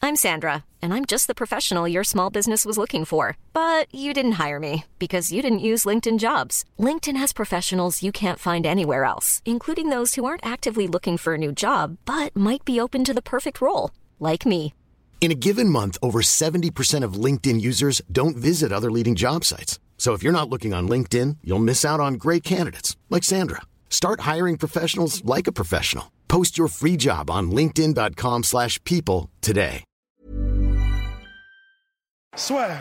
I'm Sandra, and I'm just the professional your small business was looking for. But you didn't hire me because you didn't use LinkedIn Jobs. LinkedIn has professionals you can't find anywhere else, including those who aren't actively looking for a new job, but might be open to the perfect role, like me. In a given month, over 70% of LinkedIn users don't visit other leading job sites. So if you're not looking on LinkedIn, you'll miss out on great candidates like Sandra. Start hiring professionals like a professional. Post your free job on linkedin.com/people today. Soit.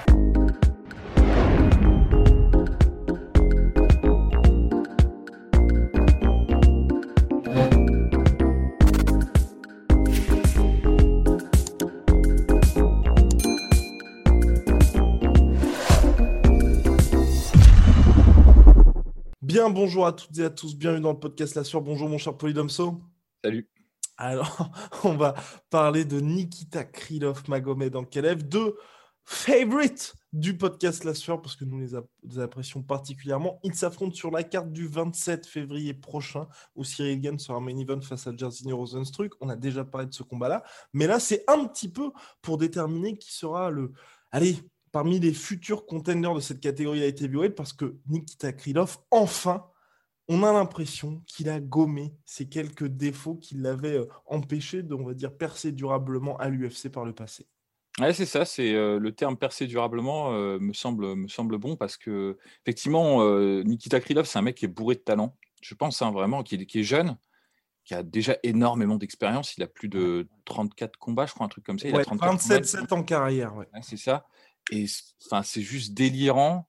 Bien, bonjour à toutes et à tous, bienvenue dans le podcast La Sueur. Bonjour mon cher Polydomso. Salut. Alors, on va parler de Nikita Krylov Magomed Ankalaev, deux favorites du podcast La Sueur, parce que nous les apprécions particulièrement. Ils s'affrontent sur la carte du 27 février prochain, où Cyril Gane sera main event face à Jairzinho Rozenstruik. On a déjà parlé de ce combat-là, mais là, c'est un petit peu pour déterminer qui sera parmi les futurs contenders de cette catégorie light heavyweight, parce que Nikita Krylov, enfin, on a l'impression qu'il a gommé ces quelques défauts qui l'avaient empêché de, on va dire, percer durablement à l'UFC par le passé. Ouais, c'est ça, c'est le terme percer durablement me semble bon parce que effectivement Nikita Krylov, c'est un mec qui est bourré de talent. Je pense vraiment qui est jeune, qui a déjà énormément d'expérience. Il a plus de 34 combats, je crois, un truc comme ça. Il a 27 en carrière. Ouais, c'est ça. Et c'est juste délirant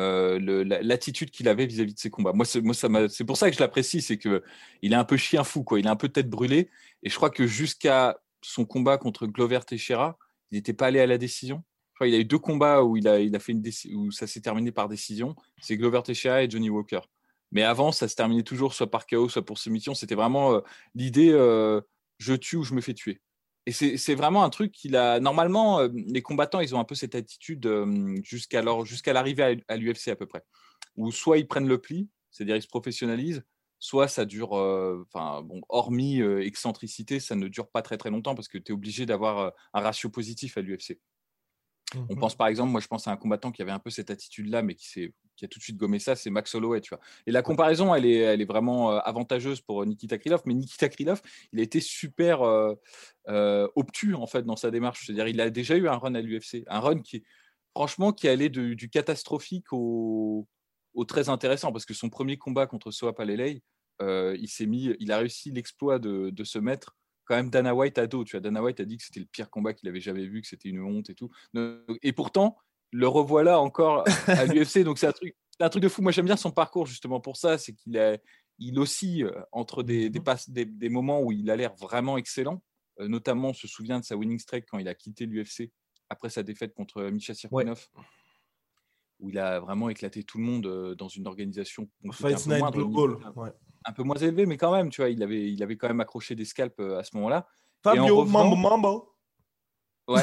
l'attitude qu'il avait vis-à-vis de ses combats. C'est pour ça que je l'apprécie, c'est que il est un peu chien fou, quoi. Il est un peu tête brûlée. Et je crois que jusqu'à son combat contre Glover Teixeira, il n'était pas allé à la décision. Je crois qu'il a eu 2 combats où il a fait où ça s'est terminé par décision. C'est Glover Teixeira et Johnny Walker. Mais avant, ça se terminait toujours soit par KO, soit pour soumission. C'était vraiment l'idée je tue ou je me fais tuer. Et c'est vraiment un truc qu'il a. Normalement, les combattants, ils ont un peu cette attitude jusqu'à l'arrivée à l'UFC à peu près. Où soit ils prennent le pli, c'est-à-dire ils se professionnalisent, soit ça dure. Hormis excentricité, ça ne dure pas très très longtemps parce que tu es obligé d'avoir un ratio positif à l'UFC. On pense par exemple, moi je pense à un combattant qui avait un peu cette attitude-là, mais qui a tout de suite gommé ça, c'est Max Holloway, tu vois. Et la comparaison, elle est vraiment avantageuse pour Nikita Krylov, mais Nikita Krylov, il a été super obtus en fait dans sa démarche. C'est-à-dire, il a déjà eu un run à l'UFC, un run qui allait du catastrophique au très intéressant, parce que son premier combat contre Soa Palelei, il a réussi l'exploit de se mettre quand même Dana White à dos. Tu vois, Dana White a dit que c'était le pire combat qu'il avait jamais vu, que c'était une honte et tout. Et pourtant, le revoilà encore à l'UFC. Donc c'est un truc de fou. Moi, j'aime bien son parcours justement pour ça. C'est qu'il oscille entre des moments où il a l'air vraiment excellent. Notamment, on se souvient de sa winning streak quand il a quitté l'UFC après sa défaite contre Misha Cirkunov, où il a vraiment éclaté tout le monde dans une organisation Fight Night Global, un peu moins élevé, mais quand même, tu vois, il avait quand même accroché des scalps à ce moment-là. Fabio Mambo. Ouais,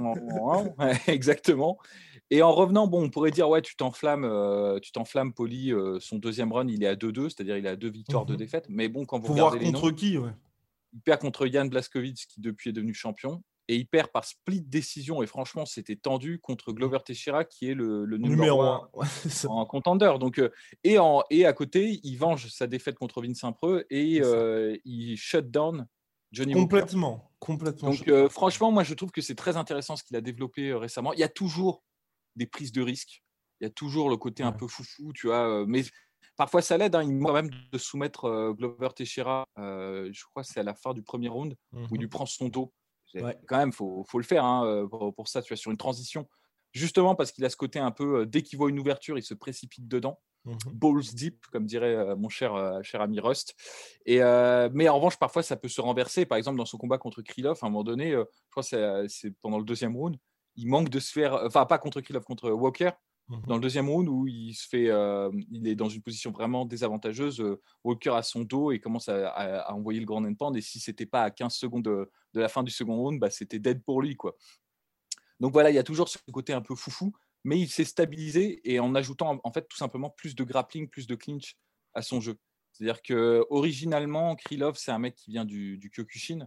exactement. Et en revenant, on pourrait dire, ouais, tu t'enflammes, Poli, son deuxième run, il est à 2-2, c'est-à-dire il a 2 victoires, 2 défaites. Mais bon, quand vous regardez les noms, contre qui, ouais. Il perd contre Jan Blachowicz, qui depuis est devenu champion, et il perd par split décision, et franchement, c'était tendu contre Glover Teixeira, qui est le numéro 1 en contender. Donc, et à côté, il venge sa défaite contre Vincent Preux, et il shut down Johnny Walker. Complètement. Donc, franchement, moi, je trouve que c'est très intéressant ce qu'il a développé récemment. Il y a toujours des prises de risques. Il y a toujours le côté un peu foufou, tu vois. Mais parfois, ça l'aide. Il m'a même de soumettre Glover Teixeira. Je crois que c'est à la fin du premier round où il lui prend son dos. Quand même, faut le faire pour ça, tu vois, sur une transition. Justement parce qu'il a ce côté un peu, dès qu'il voit une ouverture, il se précipite dedans. Balls deep, comme dirait mon cher ami Rust. Mais en revanche, parfois, ça peut se renverser. Par exemple, dans son combat contre Krylov, à un moment donné, je crois que c'est pendant le deuxième round, il manque de se faire... Enfin, pas contre Krylov, contre Walker. Dans le deuxième round, où il est dans une position vraiment désavantageuse, Walker a son dos et commence à envoyer le grand end pound. Et si c'était pas à 15 secondes de la fin du second round, c'était dead pour lui, quoi. Donc voilà, il y a toujours ce côté un peu foufou, mais il s'est stabilisé, et en ajoutant en fait tout simplement plus de grappling, plus de clinch à son jeu. C'est-à-dire que originalement, Krylov, c'est un mec qui vient du Kyokushin,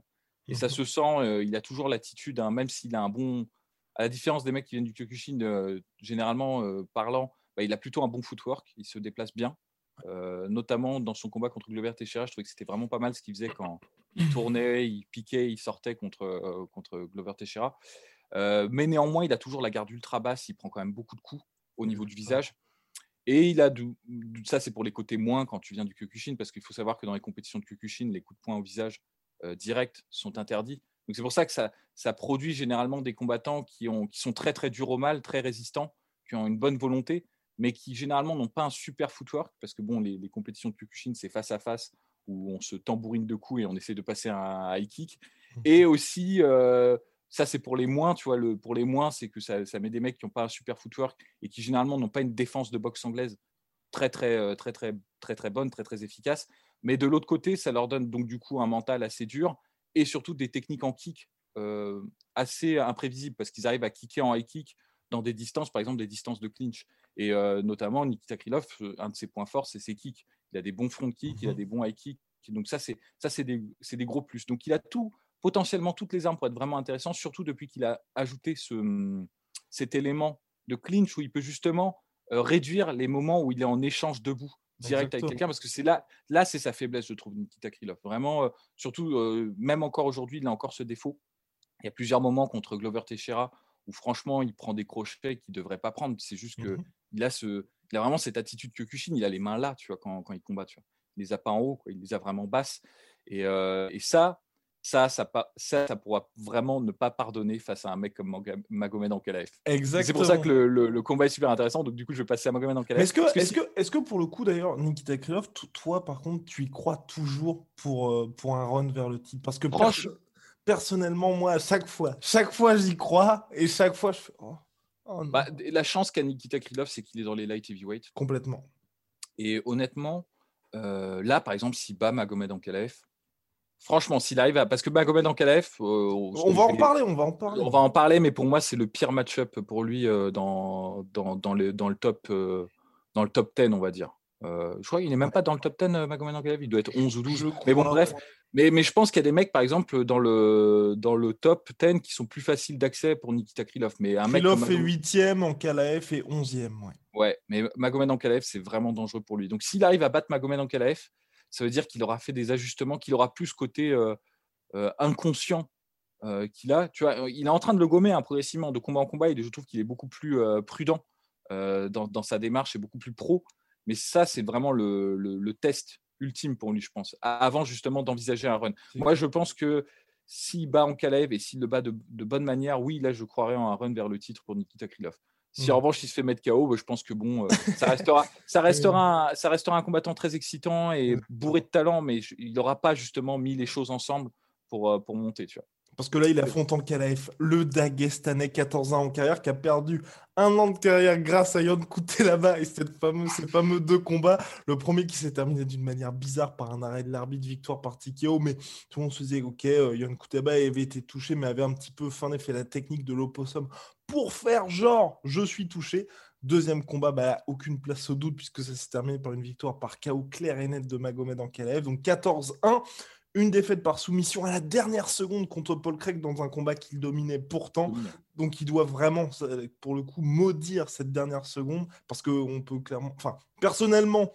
Et ça se sent, il a toujours l'attitude, hein, même s'il a un bon. À la différence des mecs qui viennent du Kyokushin, généralement parlant, il a plutôt un bon footwork, il se déplace bien. Notamment dans son combat contre Glover Teixeira, je trouvais que c'était vraiment pas mal ce qu'il faisait quand il tournait, il piquait, il sortait contre Glover Teixeira. Mais néanmoins, il a toujours la garde ultra basse, il prend quand même beaucoup de coups au niveau du visage. Et il a ça, c'est pour les côtés moins quand tu viens du Kyokushin, parce qu'il faut savoir que dans les compétitions de Kyokushin, les coups de poing au visage directs sont interdits. Donc c'est pour ça que ça produit généralement des combattants qui sont très très durs au mal, très résistants, qui ont une bonne volonté, mais qui généralement n'ont pas un super footwork, parce que bon, les compétitions de Kyokushin, c'est face à face, où on se tambourine de coups et on essaie de passer un high kick. Et aussi, ça c'est pour les moins, tu vois, pour les moins, c'est que ça met des mecs qui n'ont pas un super footwork et qui généralement n'ont pas une défense de boxe anglaise très très très très très très bonne, très très efficace. Mais de l'autre côté, ça leur donne donc du coup un mental assez dur et surtout des techniques en kick assez imprévisibles, parce qu'ils arrivent à kicker en high kick dans des distances, par exemple des distances de clinch. Et notamment, Nikita Krylov, un de ses points forts, c'est ses kicks. Il a des bons front kicks, il a des bons high kicks. Donc ça, c'est des gros plus. Donc il a potentiellement toutes les armes pour être vraiment intéressant, surtout depuis qu'il a ajouté cet élément de clinch où il peut justement réduire les moments où il est en échange debout direct avec quelqu'un, parce que c'est là c'est sa faiblesse, je trouve, Nikita Krylov. Vraiment, surtout, même encore aujourd'hui, il a encore ce défaut. Il y a plusieurs moments contre Glover Teixeira où franchement, il prend des crochets qu'il ne devrait pas prendre. C'est juste qu'il a vraiment cette attitude Kyokushin, il a les mains là, tu vois, quand il combat. Tu vois. Il ne les a pas en haut, quoi. Il les a vraiment basses. Et ça pourra vraiment ne pas pardonner face à un mec comme Magomed Ankalaev. Exactement. C'est pour ça que le combat est super intéressant. Donc du coup, je vais passer à Magomed Ankalaev. Est-ce que pour le coup, d'ailleurs, Nikita Krylov, toi, par contre, tu y crois toujours pour un run vers le titre? Parce que personnellement, moi, à chaque fois, j'y crois et chaque fois, je fais oh non. La chance qu'a Nikita Krylov, c'est qu'il est dans les light heavyweight. Complètement. Et honnêtement, là, par exemple, s'il bat Magomed Ankalaev, franchement, s'il arrive à. Parce que Magomed Ankalaev. On va en parler, mais pour moi, c'est le pire match-up pour lui dans le top 10, on va dire. Je crois qu'il n'est même pas dans le top 10, Magomed Ankalaev. Il doit être 11 ou 12. Mais bon, bref. Mais je pense qu'il y a des mecs, par exemple, dans le top 10 qui sont plus faciles d'accès pour Nikita Krylov. Mais Krylov est 8e, Ankalaev est 11e. Ouais, mais Magomed Ankalaev, c'est vraiment dangereux pour lui. Donc, s'il arrive à battre Magomed Ankalaev, ça veut dire qu'il aura fait des ajustements, qu'il aura plus ce côté inconscient qu'il a. Tu vois, il est en train de le gommer progressivement de combat en combat. Et je trouve qu'il est beaucoup plus prudent dans sa démarche et beaucoup plus pro. Mais ça, c'est vraiment le test ultime pour lui, je pense, avant justement d'envisager un run. Moi, je pense que s'il bat Ankalaev et s'il le bat de bonne manière, oui, là, je croirais en un run vers le titre pour Nikita Krylov. Si en revanche il se fait mettre KO, je pense que bon, ça restera un combattant très excitant et bourré de talent, mais il n'aura pas justement mis les choses ensemble pour monter, tu vois. Parce que là, il affronte Ankalaev, le Dagestanais, 14 ans en carrière, qui a perdu 1 an de carrière grâce à Ion Cutelaba et ces fameux 2 combats. Le premier qui s'est terminé d'une manière bizarre par un arrêt de l'arbitre, victoire par TKO, mais tout le monde se disait, ok, Ion Cutelaba avait été touché, mais avait un petit peu fait la technique de l'opossum pour faire genre, je suis touché. Deuxième combat, aucune place au doute, puisque ça s'est terminé par une victoire par KO clair et net de Magomed Ankalaev. Donc 14-1. Une défaite par soumission à la dernière seconde contre Paul Craig dans un combat qu'il dominait pourtant. Donc, il doit vraiment, pour le coup, maudire cette dernière seconde parce qu'on peut clairement... Enfin, personnellement,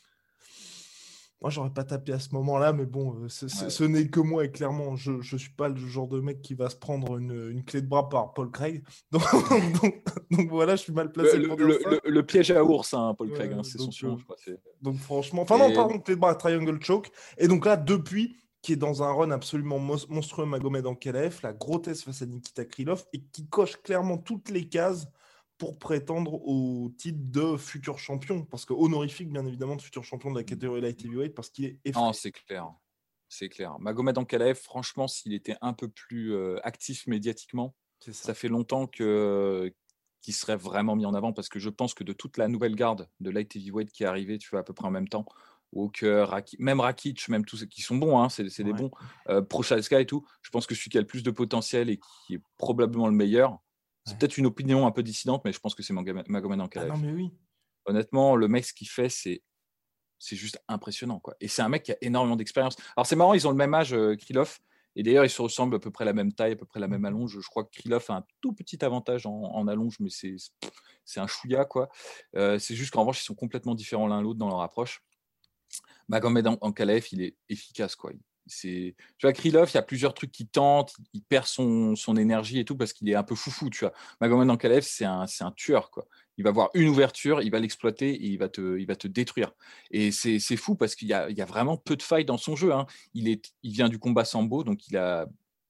moi, j'aurais pas tapé à ce moment-là, mais bon, ce n'est que moi et clairement, je suis pas le genre de mec qui va se prendre une clé de bras par Paul Craig. Donc voilà, je suis mal placé pour dire ça. Le piège à ours, hein, Paul Craig, c'est son surnom, je crois. Donc franchement... Enfin non, pardon, clé de bras, triangle choke. Et donc là, depuis... qui est dans un run absolument monstrueux, Magomed Ankalaev, la grotesque face à Nikita Krylov, et qui coche clairement toutes les cases pour prétendre au titre de futur champion, parce que honorifique, bien évidemment, de futur champion de la catégorie light heavyweight, parce qu'il est effrayant. Non, c'est clair. Magomed Ankalaev, franchement, s'il était un peu plus actif médiatiquement, ça fait longtemps qu'il serait vraiment mis en avant, parce que je pense que de toute la nouvelle garde de light heavyweight qui est arrivée, tu vois, à peu près en même temps, Walker, même Rakic, même tous ceux qui sont bons, hein, c'est des bons. Prochaska et tout. Je pense que celui qui a le plus de potentiel et qui est probablement le meilleur, c'est peut-être une opinion un peu dissidente, mais je pense que c'est Magomed Ankalaev. Ah non, mais oui. Honnêtement, le mec, ce qu'il fait, c'est juste impressionnant, quoi. Et c'est un mec qui a énormément d'expérience. Alors, c'est marrant, ils ont le même âge, Krylov, Et d'ailleurs, ils se ressemblent à peu près la même taille, à peu près la même allonge. Je crois que Krylov a un tout petit avantage en allonge, mais c'est un chouïa, quoi. C'est juste qu'en revanche, ils sont complètement différents l'un l'autre dans leur approche. Magomed Ankalaev, il est efficace, quoi. Tu vois, Krylov, il y a plusieurs trucs qui tentent, il perd son énergie et tout parce qu'il est un peu foufou, tu vois. Magomed Ankalaev, c'est un tueur, quoi. Il va voir une ouverture, il va l'exploiter et il va te détruire. Et c'est fou parce qu'il y a vraiment peu de failles dans son jeu, hein. Il vient du combat sambo, donc il a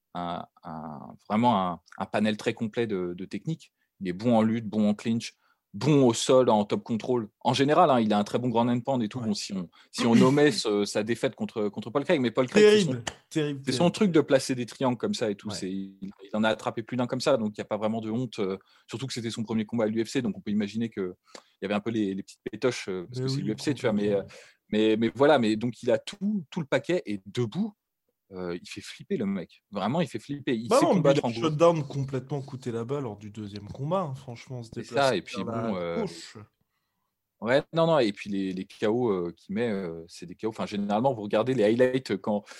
vraiment un panel très complet de techniques. Il est bon en lutte, bon en clinch, bon au sol, en top control. En général, hein, il a un très bon ground and pound et tout. Ouais. Bon, si on nommait sa défaite contre Paul Craig, mais Paul Craig, c'est son truc de placer des triangles comme ça et tout. Ouais. Il en a attrapé plus d'un comme ça, donc il n'y a pas vraiment de honte. Surtout que c'était son premier combat à l'UFC, donc on peut imaginer qu'il y avait un peu les petites pétoches parce que c'est l'UFC, tu vois. Mais voilà, mais donc il a tout le paquet et debout. Il fait flipper le mec. Vraiment, il fait flipper. Il sait combattre en gauche. Il a shutdown complètement coûté là-bas lors du deuxième combat. Hein. Franchement, se déplacer. C'est ça. Et puis gauche. Ouais, non. Et puis les KO qu'il met, c'est des KO. Enfin, généralement, vous regardez les highlights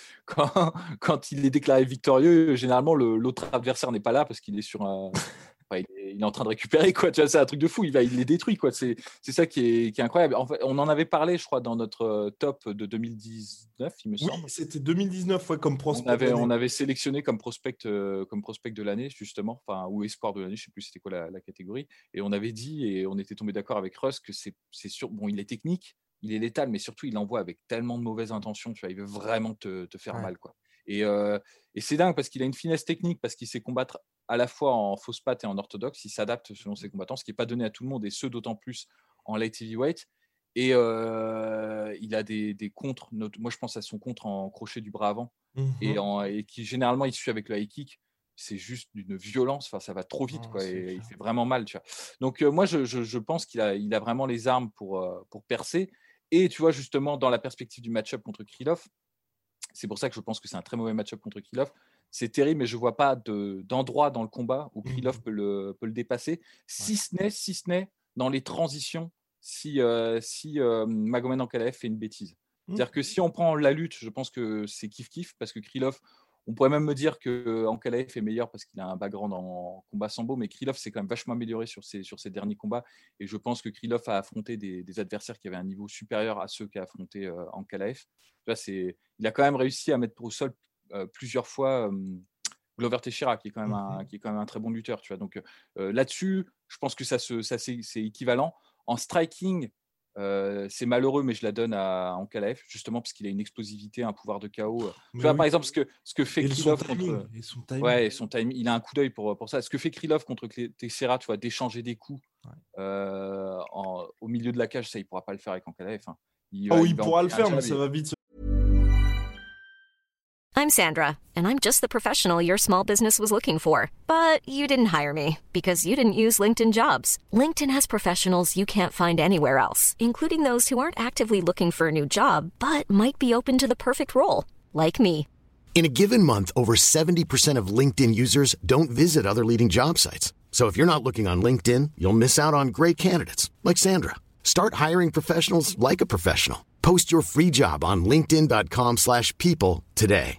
quand il est déclaré victorieux. Généralement, l'autre adversaire n'est pas là parce qu'il est sur un. Enfin, il est en train de récupérer, quoi. Tu vois, c'est un truc de fou. Il les détruit, quoi. C'est ça qui est incroyable. En fait, on en avait parlé, je crois, dans notre top de 2019, il me semble. Oui, c'était 2019, ouais, comme prospect. On avait sélectionné comme prospect de l'année, justement, enfin, ou espoir de l'année, je ne sais plus c'était quoi la catégorie. Et on avait dit, et on était tombé d'accord avec Russ, que c'est sûr. Bon, il est technique, il est létal, mais surtout, il envoie avec tellement de mauvaises intentions. Tu vois, il veut vraiment te faire mal, quoi. Et c'est dingue parce qu'il a une finesse technique, parce qu'il sait combattre à la fois en fausse patte et en orthodoxe. Il s'adapte selon ses combattants, ce qui n'est pas donné à tout le monde, et ce d'autant plus en light heavyweight. Et il a des contres. Moi, je pense à son contre en crochet du bras avant, et qui généralement il suit avec le high kick. C'est juste d'une violence. Enfin, ça va trop vite, quoi. Et il fait vraiment mal, tu vois. Donc moi, je pense qu'il a vraiment les armes pour percer. Et tu vois, justement, dans la perspective du match-up contre Krylov, c'est pour ça que je pense que c'est un très mauvais match-up contre Krylov. C'est terrible, mais je ne vois pas d'endroit dans le combat où Krylov peut le dépasser, si ce n'est dans les transitions, si Magomed Ankalaev fait une bêtise. C'est-à-dire que si on prend la lutte, je pense que c'est kiff-kiff, parce que Krylov, on pourrait même me dire qu'Ankalaev est meilleur parce qu'il a un background en combat sambo, mais Krylov s'est quand même vachement amélioré sur ses derniers combats. Et je pense que Krylov a affronté des adversaires qui avaient un niveau supérieur à ceux qu'a affronté Ankalaev. Il a quand même réussi à mettre au sol plusieurs fois Glover Teixeira, qui est quand même un très bon lutteur. Tu vois. Donc là-dessus, je pense que c'est équivalent. En striking, c'est malheureux, mais je la donne à Ankalaev, justement parce qu'il a une explosivité, un pouvoir de KO. Tu vois, par exemple, ce que fait Krylov contre. Ouais, son timing, il a un coup d'œil pour ça. Ce que fait Krylov contre Teixeira, tu vois, d'échanger des coups au milieu de la cage, ça, il ne pourra pas le faire avec Ankalaev. Hein. Il pourra le faire, mais ça va vite. I'm Sandra, and I'm just the professional your small business was looking for. But you didn't hire me because you didn't use LinkedIn Jobs. LinkedIn has professionals you can't find anywhere else, including those who aren't actively looking for a new job, but might be open to the perfect role, like me. In a given month, over 70% of LinkedIn users don't visit other leading job sites. So if you're not looking on LinkedIn, you'll miss out on great candidates like Sandra. Start hiring professionals like a professional. Post your free job on linkedin.com/people today.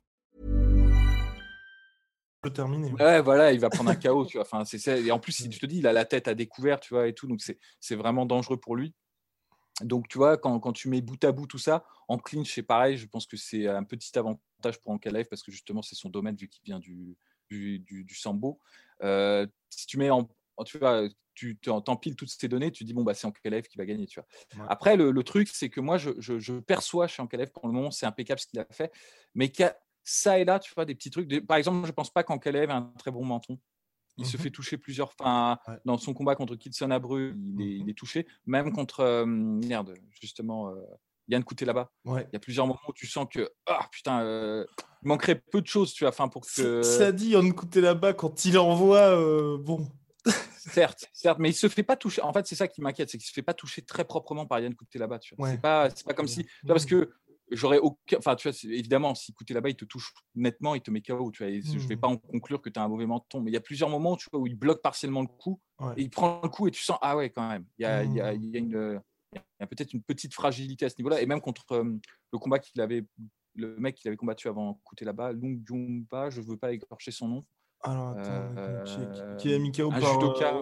Terminé. Ouais, voilà, il va prendre un KO, tu vois. Enfin, c'est ça. Et en plus, si tu te dis, il a la tête à découvert, tu vois, et tout, donc c'est vraiment dangereux pour lui. Donc, tu vois, quand tu mets bout à bout tout ça, en clinch, c'est pareil. Je pense que c'est un petit avantage pour Ankalaev parce que justement, c'est son domaine vu qu'il vient du sambo. Si tu mets tu vois, tu t'empiles toutes ces données, tu dis bon bah c'est Ankalaev qui va gagner, tu vois. Ouais. Après, le truc, c'est que moi, je perçois chez Ankalaev pour le moment, c'est impeccable ce qu'il a fait, mais ça et là, tu vois, des petits trucs. Par exemple, je ne pense pas qu'Ankalaev ait un très bon menton. Il se fait toucher plusieurs fois. Dans son combat contre Kitson Abreu, il est touché. Même contre, justement, Yann Couté-là-bas. Ouais. Il y a plusieurs moments où tu sens que, il manquerait peu de choses, tu vois. Enfin, pour que... Ça dit Yann Couté-là-bas quand il envoie, bon... certes, mais il se fait pas toucher. En fait, c'est ça qui m'inquiète, c'est qu'il se fait pas toucher très proprement par Yann Couté-là-bas. Tu vois. Ouais. C'est pas comme si... Parce que j'aurais aucun. Enfin, tu vois, évidemment, si Couté là-bas, il te touche nettement, il te met KO. Tu vois, je ne vais pas en conclure que tu as un mauvais menton, mais il y a plusieurs moments, tu vois, où il bloque partiellement le coup, et il prend le coup, et tu sens, ah ouais, quand même, il y a peut-être une petite fragilité à ce niveau-là, et même contre le combat qu'il avait le mec qu'il avait combattu avant Kutelaba, Lung Jumba, je ne veux pas écorcher son nom. Alors, attends, qui a mis KO un par... judoka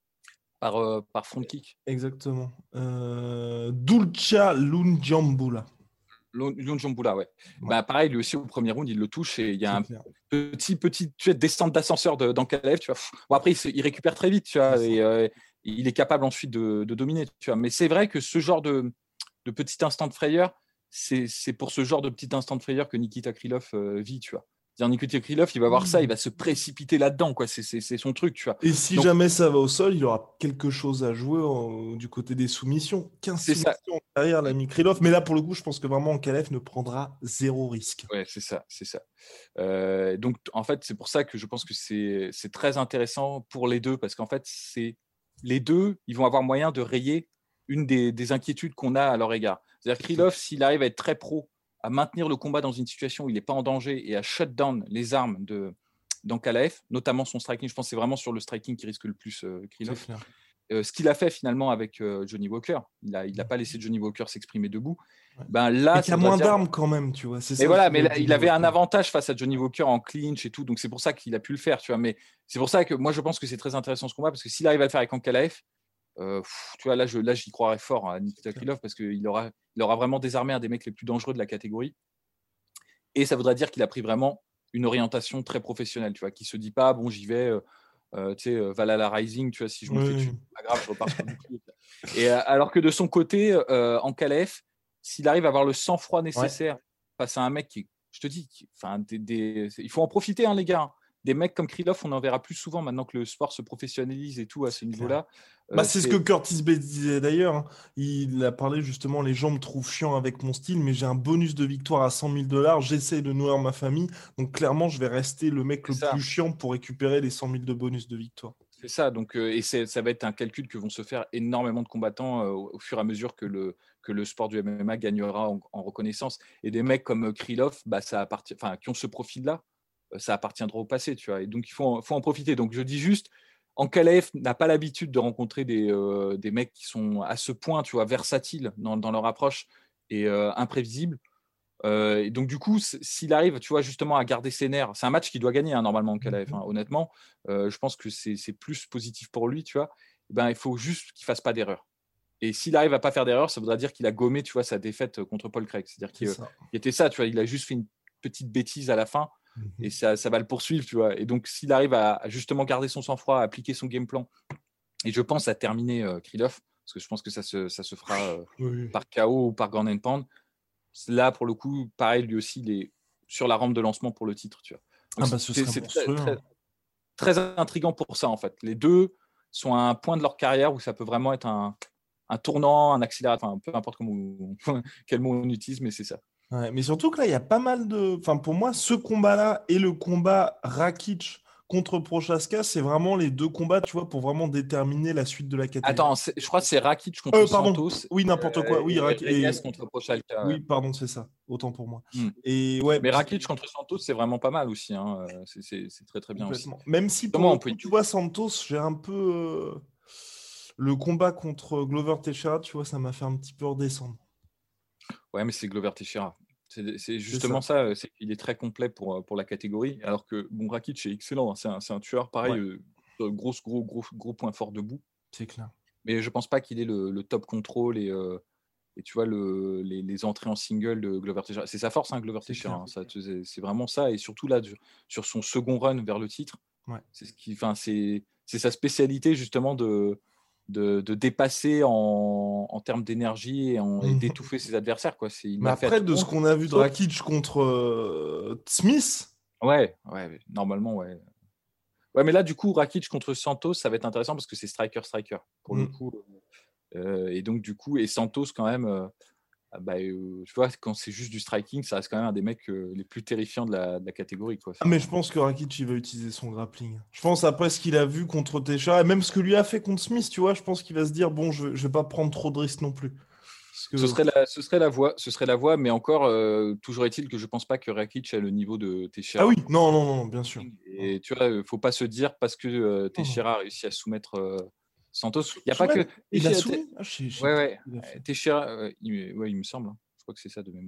par front kick. Exactement. Dulcia Lungiambula. Lungiambula, ouais. Bah, pareil, lui aussi, au premier round, il le touche et il y a petit tu vois, descente d'ascenseur d'Ankalaev, tu vois. Bon, après, il récupère très vite, tu vois, et il est capable ensuite de dominer, tu vois. Mais c'est vrai que ce genre de petit instant de frayeur, c'est pour ce genre de petit instant de frayeur que Nikita Krylov vit, tu vois. Nikita Krylov, il va voir ça, il va se précipiter là-dedans, quoi. C'est son truc, tu vois. Et si jamais ça va au sol, il aura quelque chose à jouer du côté des soumissions. 15 soumissions derrière l'ami Krylov. Mais là, pour le coup, je pense que vraiment Ankalaev ne prendra zéro risque. Ouais, c'est ça. Donc, en fait, c'est pour ça que je pense que c'est très intéressant pour les deux, parce qu'en fait, les deux, ils vont avoir moyen de rayer une des inquiétudes qu'on a à leur égard. C'est-à-dire Krylov, s'il arrive à être très pro, à maintenir le combat dans une situation où il n'est pas en danger et à shut down les armes d'Ankalaev, notamment son striking. Je pense que c'est vraiment sur le striking qui risque le plus Krylov. Ce qu'il a fait finalement avec Johnny Walker, il n'a pas laissé Johnny Walker s'exprimer debout. Ouais. Ben là, il y a moins d'armes quand même, tu vois. Mais voilà, mais là, il avait un avantage face à Johnny Walker en clinch et tout, donc c'est pour ça qu'il a pu le faire, tu vois. Mais c'est pour ça que moi je pense que c'est très intéressant ce combat, parce que s'il arrive à le faire avec Ankalaev, tu vois, là j'y croirais fort à Nikita Krylov, parce qu'il aura vraiment désarmé un des mecs les plus dangereux de la catégorie. Et ça voudrait dire qu'il a pris vraiment une orientation très professionnelle, tu vois, qui se dit pas, bon, j'y vais, tu sais, Valhalla Rising, tu vois, si je me fais dessus, c'est pas grave, je repars sur le bouclier. Et alors que de son côté, Ankalaev, s'il arrive à avoir le sang-froid nécessaire face à un mec qui, je te dis, il faut en profiter, hein, les gars. Des mecs comme Krylov, on en verra plus souvent maintenant que le sport se professionnalise et tout à ce niveau-là. C'est ce que Curtis Bates disait d'ailleurs. Hein. Il a parlé justement, les gens me trouvent chiant avec mon style, mais j'ai un bonus de victoire à 100 000 $. J'essaie de nourrir ma famille. Donc clairement, je vais rester le mec plus chiant pour récupérer les 100 000 de bonus de victoire. C'est ça. Donc, et ça va être un calcul que vont se faire énormément de combattants au fur et à mesure que le sport du MMA gagnera en reconnaissance. Et des mecs comme Krylov, qui ont ce profil-là, ça appartiendra au passé, tu vois. Et donc, il faut en profiter. Donc, je dis juste, Ankalaev n'a pas l'habitude de rencontrer des mecs qui sont à ce point, tu vois, versatiles dans leur approche et imprévisibles. Et donc, du coup, s'il arrive, tu vois, justement à garder ses nerfs, c'est un match qu'il doit gagner, hein, normalement, Ankalaev, hein, honnêtement. Je pense que c'est plus positif pour lui, tu vois. Il faut juste qu'il ne fasse pas d'erreur. Et s'il arrive à pas faire d'erreur, ça voudra dire qu'il a gommé, tu vois, sa défaite contre Paul Craig. C'est-à-dire qu'il était ça, tu vois, il a juste fait une petite bêtise à la fin. Et ça va le poursuivre, tu vois. Et donc, s'il arrive à justement garder son sang-froid, à appliquer son game plan, et je pense à terminer Krylov, parce que je pense que ça se fera par KO ou par ground and pound. Là, pour le coup, pareil, lui aussi, il est sur la rampe de lancement pour le titre, tu vois. Donc, c'est très intriguant pour ça, en fait. Les deux sont à un point de leur carrière où ça peut vraiment être un tournant, un accélérateur, peu importe quel mot on utilise, mais c'est ça. Ouais, mais surtout que là, il y a pas mal de... Enfin, pour moi, ce combat-là et le combat Rakic contre Prochaska, c'est vraiment les deux combats, tu vois, pour vraiment déterminer la suite de la catégorie. Attends, je crois que c'est Rakic contre Santos. Oui, n'importe quoi. Oui, Rakic contre Prochaska. Oui, pardon, c'est ça. Autant pour moi. Et mais Rakic contre Santos, c'est vraiment pas mal aussi. Hein. C'est très, très bien aussi. Même si, tu vois, Santos, j'ai un peu... Le combat contre Glover Teixeira, tu vois, ça m'a fait un petit peu redescendre. Ouais, mais c'est Glover Teixeira. C'est justement ça. C'est qu'il est très complet pour la catégorie. Alors que Rakic est excellent. Hein. C'est un tueur, pareil, gros point fort debout. C'est clair. Mais je pense pas qu'il ait le top control et tu vois les entrées en single de Glover Teixeira. C'est sa force, hein, Glover Teixeira. Hein. C'est vraiment ça. Et surtout là, sur son second run vers le titre, c'est sa spécialité justement de dépasser en termes d'énergie et d'étouffer ses adversaires, quoi. Mais après, de ce qu'on a vu de Rakic contre Smith... Ouais, normalement, ouais. Ouais, mais là, du coup, Rakic contre Santos, ça va être intéressant parce que c'est striker, pour le coup. Et donc, du coup, et Santos, quand même... tu vois, quand c'est juste du striking, ça reste quand même un des mecs les plus terrifiants de la catégorie, quoi. Mais je pense que Rakic, il va utiliser son grappling. Je pense, après ce qu'il a vu contre Teixeira, et même ce que lui a fait contre Smith, tu vois, je pense qu'il va se dire, bon, je vais pas prendre trop de risques non plus. Ce serait la voie, mais encore, toujours est-il que je pense pas que Rakic a le niveau de Teixeira. Ah oui, non, bien sûr. Et tu vois, faut pas se dire, parce que Teixeira a réussi à soumettre... Santos, il n'y a pas que. Il a soumis. Teixeira, il me semble. Je crois que c'est ça de mémoire.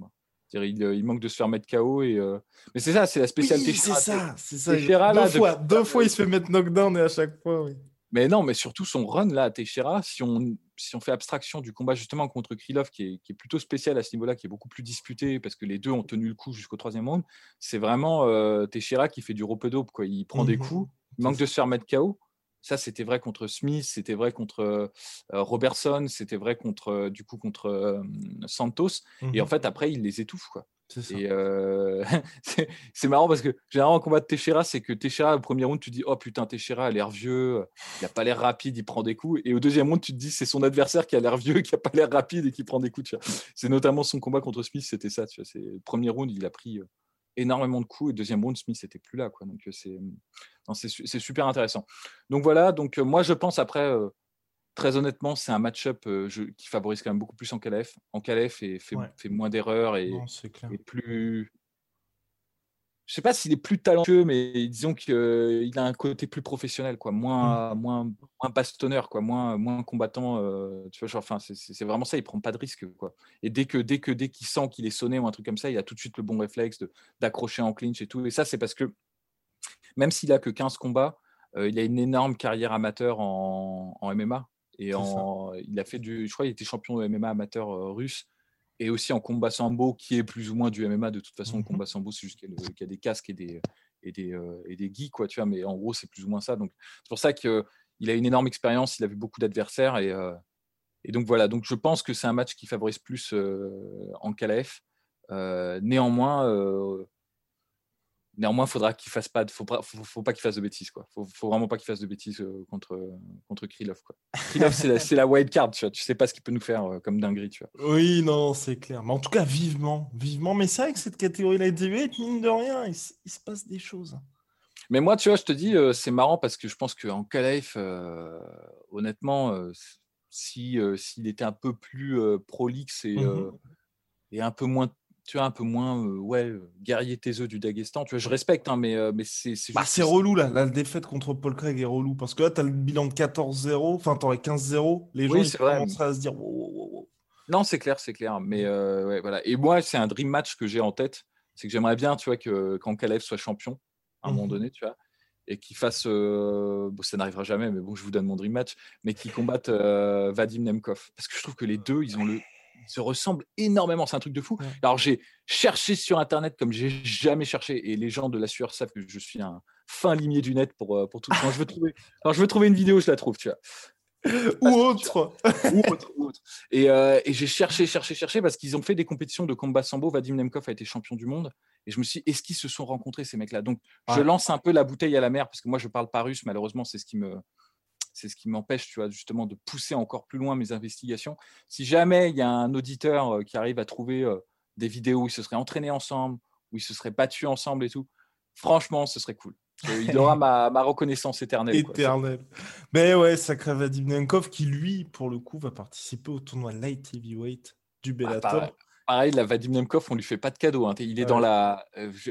C'est-à-dire, il manque de se faire mettre KO. Mais c'est ça, c'est la spécialité. Oui, c'est ça. Teixeira, deux fois, il se fait mettre knockdown et à chaque fois, oui. Mais non, mais surtout son run là à Teixeira, si on fait abstraction du combat justement contre Krylov, qui est plutôt spécial à ce niveau-là, qui est beaucoup plus disputé parce que les deux ont tenu le coup jusqu'au 3e round, c'est vraiment Teixeira qui fait du rope-a-dope, quoi. Il prend des coups, il manque de se faire mettre KO. Ça, c'était vrai contre Smith, c'était vrai contre Robertson, c'était vrai contre Santos. Et en fait, après, il les étouffe, quoi. C'est ça. Et c'est marrant parce que généralement, en combat de Teixeira, c'est que Teixeira, au premier round, tu dis oh putain, Teixeira a l'air vieux, il n'a pas l'air rapide, il prend des coups. Et au 2e round, tu te dis c'est son adversaire qui a l'air vieux, qui n'a pas l'air rapide et qui prend des coups. Tu vois. C'est notamment son combat contre Smith, c'était ça. Tu vois. Le premier round, il a pris énormément de coups et 2e round, Smith n'était plus là. Quoi. Donc c'est super intéressant. Donc voilà, moi je pense après. Très honnêtement, c'est un match-up qui favorise quand même beaucoup plus Ankalaev. Ankalaev fait moins d'erreurs et plus. Je sais pas s'il est plus talentueux, mais disons qu'il a un côté plus professionnel, quoi, moins bastonneur, quoi, moins combattant. Tu vois, enfin, c'est vraiment ça. Il prend pas de risque, quoi. Et dès qu'il sent qu'il est sonné ou un truc comme ça, il a tout de suite le bon réflexe d'accrocher en clinch et tout. Et ça, c'est parce que même s'il a que 15 combats, il a une énorme carrière amateur en MMA. Et il a fait je crois qu'il était champion de MMA amateur russe et aussi en combat sambo qui est plus ou moins du MMA de toute façon. Le combat sambo, c'est juste qu'il y a des casques et des gis, quoi, tu vois, mais en gros c'est plus ou moins ça. Donc c'est pour ça qu'il a une énorme expérience, il a vu beaucoup d'adversaires et donc voilà. Donc je pense que c'est un match qui favorise plus Ankalaev. Néanmoins, faudra qu'il fasse pas, faut pas qu'il fasse de bêtises, quoi. Faut vraiment pas qu'il fasse de bêtises contre Krylov, quoi. Krylov, c'est la wild card, tu vois. Tu sais pas ce qu'il peut nous faire comme dinguerie, tu vois. Oui, non, c'est clair. Mais en tout cas, vivement. Mais c'est vrai que cette catégorie light heavyweight, mine de rien, il se passe des choses. Mais moi, tu vois, je te dis, c'est marrant parce que je pense qu'en Ankalaev, honnêtement, s'il était un peu plus prolixe et un peu moins. Tu vois, un peu moins guerrier taiseux du Daghestan. Tu vois, je respecte, hein, mais c'est juste. C'est relou, là. La défaite contre Paul Craig est relou. Parce que là, tu as le bilan de 14-0. Enfin, tu aurais 15-0. Les gens ils commenceraient à se dire wow. Non, c'est clair. Mais ouais, voilà. Et moi, c'est un dream match que j'ai en tête. C'est que j'aimerais bien, tu vois, qu'Ankalaev soit champion à un moment donné, tu vois, et qu'il fasse. Ça n'arrivera jamais, mais bon, je vous donne mon dream match. Mais qu'il combatte Vadim Nemkov. Parce que je trouve que les deux, ils se ressemblent énormément, c'est un truc de fou. Alors j'ai cherché sur internet comme j'ai jamais cherché et les gens de la sueur savent que je suis un fin limier du net pour tout. Quand je veux trouver une vidéo, je la trouve, tu vois. Ou autre. Et j'ai cherché parce qu'ils ont fait des compétitions de combat sambo. Vadim Nemkov a été champion du monde et je me suis dit, est-ce qu'ils se sont rencontrés ces mecs-là? Donc je lance un peu la bouteille à la mer parce que moi je parle pas russe, malheureusement c'est ce qui m'empêche, tu vois, justement, de pousser encore plus loin mes investigations. Si jamais il y a un auditeur qui arrive à trouver des vidéos où ils se seraient entraînés ensemble, où ils se seraient battus ensemble et tout, franchement, ce serait cool. Il aura ma reconnaissance éternelle. Éternelle. Mais ouais, sacré Vadim Nemkov qui, lui, pour le coup, va participer au tournoi light heavyweight du Bellator. Pareil, la Vadim Nemkov, on lui fait pas de cadeau. Hein. Il est dans la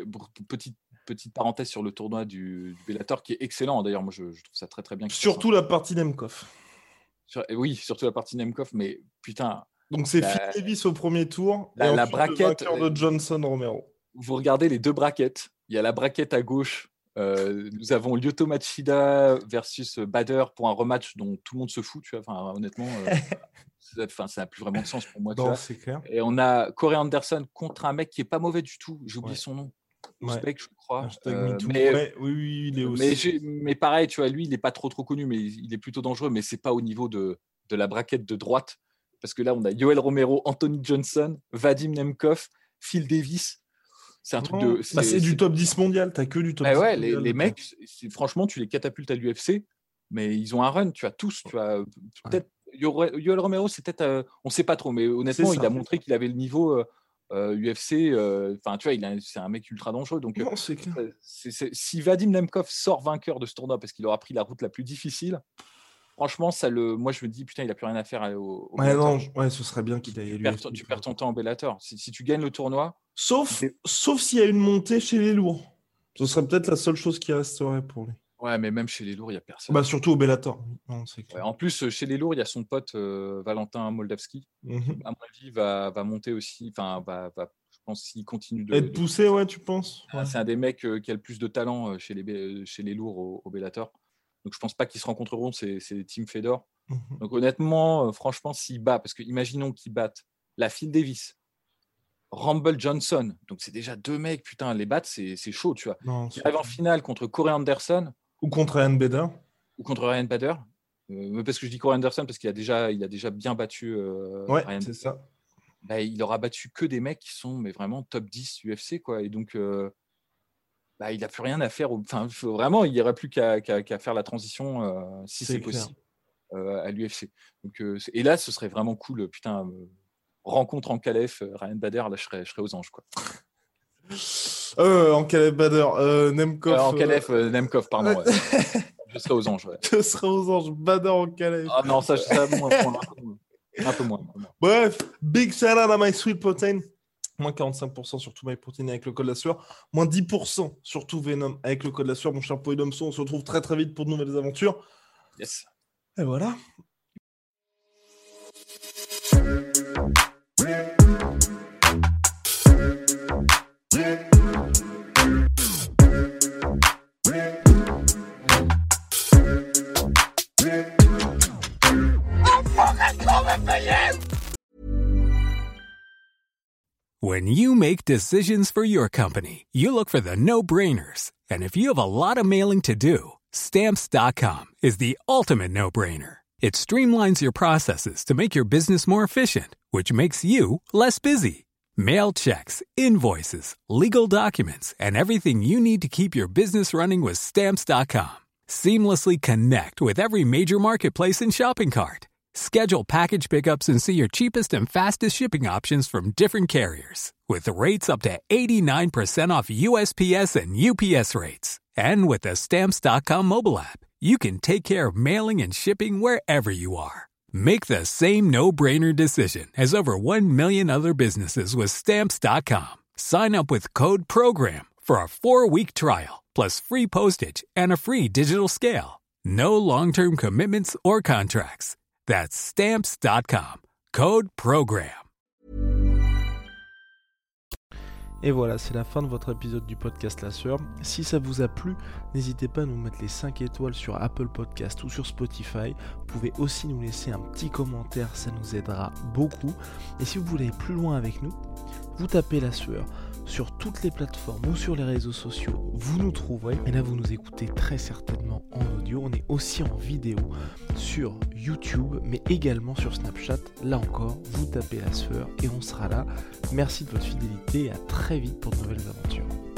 petite parenthèse sur le tournoi du Bellator qui est excellent. D'ailleurs, moi, je trouve ça très très bien. Surtout la partie Nemkov. Oui, surtout la partie Nemkov, mais putain. Donc c'est Phil Davis au premier tour et la braquette, le vainqueur de Johnson Romero. Vous regardez les deux braquettes. Il y a la braquette à gauche. Nous avons Lyoto Machida versus Bader pour un rematch dont tout le monde se fout. Tu vois. Enfin, honnêtement. Ça n'a plus vraiment de sens pour moi. Non, c'est clair. Et on a Corey Anderson contre un mec qui est pas mauvais du tout. J'ai oublié son nom. Ouzbek, je crois. Oui, il est aussi. Mais pareil, tu vois, lui, il n'est pas trop connu, mais il est plutôt dangereux. Mais c'est pas au niveau de la braquette de droite, parce que là, on a Yoel Romero, Anthony Johnson, Vadim Nemkov, Phil Davis. C'est un truc de. C'est du top 10 mondial. T'as que du top 10 ouais, mondial. Les mecs, franchement, tu les catapultes à l'UFC, mais ils ont un run. Tu as tous. Tu as peut-être. Yoel Romero, c'est peut-être, on ne sait pas trop, mais honnêtement, il a montré qu'il avait le niveau UFC. Enfin, tu vois, c'est un mec ultra dangereux. Donc, non, c'est clair. Si Vadim Nemkov sort vainqueur de ce tournoi parce qu'il aura pris la route la plus difficile, franchement, moi, je me dis, putain, il n'a plus rien à faire au Bellator. Ce serait bien qu'il aille à l'UFC. Tu perds ton temps au Bellator. Si tu gagnes le tournoi. Sauf s'il y a une montée chez les lourds. Ce serait peut-être la seule chose qui resterait pour lui. Ouais, mais même chez les lourds, il n'y a personne. Surtout au Bellator. Non, c'est clair. Ouais, en plus, chez les lourds, il y a son pote Valentin Moldavski. À mon avis, va monter aussi. Enfin, pense s'il continue Être poussé, ouais, tu penses? Ouais. C'est un des mecs qui a le plus de talent chez les lourds au Bellator. Donc je pense pas qu'ils se rencontreront, c'est Team Fedor. Donc honnêtement, franchement, s'il bat, parce que imaginons qu'ils battent la Phil Davis, Rumble Johnson, donc c'est déjà 2 mecs, putain, les battre, c'est chaud, tu vois. Qui arrivent en finale contre Corey Anderson. Ou contre Ryan Bader. Parce que je dis Corey Anderson parce qu'il a déjà bien battu Ryan. C'est ça. Bah, il aura battu que des mecs qui sont mais vraiment top 10 UFC, quoi. Et donc, il n'a plus rien à faire. Enfin, vraiment, il n'y aurait plus qu'à faire la transition, si c'est possible, à l'UFC. Donc, et là, ce serait vraiment cool. Putain, rencontre en Calef, Ryan Bader, là, je serais aux anges, quoi. En Calef Bader, Nemkov. En Calef, Nemkov, pardon. Ouais. Je serais aux anges. Ouais. Je serais aux anges, Bader en Calef. Ah non, ça un peu moins. Bref, big shout out à My Sweet Protein. Moins 45% sur tout My Protein avec le code la sueur. Moins 10% sur tout Venom avec le code la sueur. Mon cher Polydomson, on se retrouve très très vite pour de nouvelles aventures. Yes. Et voilà. When you make decisions for your company, you look for the no-brainers. And if you have a lot of mailing to do, Stamps.com is the ultimate no-brainer. It streamlines your processes to make your business more efficient, which makes you less busy. Mail checks, invoices, legal documents, and everything you need to keep your business running with Stamps.com. Seamlessly connect with every major marketplace and shopping cart. Schedule package pickups and see your cheapest and fastest shipping options from different carriers. With rates up to 89% off USPS and UPS rates. And with the Stamps.com mobile app, you can take care of mailing and shipping wherever you are. Make the same no-brainer decision as over 1 million other businesses with Stamps.com. Sign up with code PROGRAM for a 4-week trial, plus free postage and a free digital scale. No long-term commitments or contracts. That's Stamps.com. Code PROGRAM. Et voilà, c'est la fin de votre épisode du podcast La Sueur. Si ça vous a plu, n'hésitez pas à nous mettre les 5 étoiles sur Apple Podcast ou sur Spotify. Vous pouvez aussi nous laisser un petit commentaire, ça nous aidera beaucoup. Et si vous voulez aller plus loin avec nous, vous tapez La Sueur sur toutes les plateformes ou sur les réseaux sociaux, vous nous trouverez. Et là, vous nous écoutez très certainement en audio. On est aussi en vidéo sur YouTube, mais également sur Snapchat. Là encore, vous tapez La Sueur et on sera là. Merci de votre fidélité et à très vite pour de nouvelles aventures.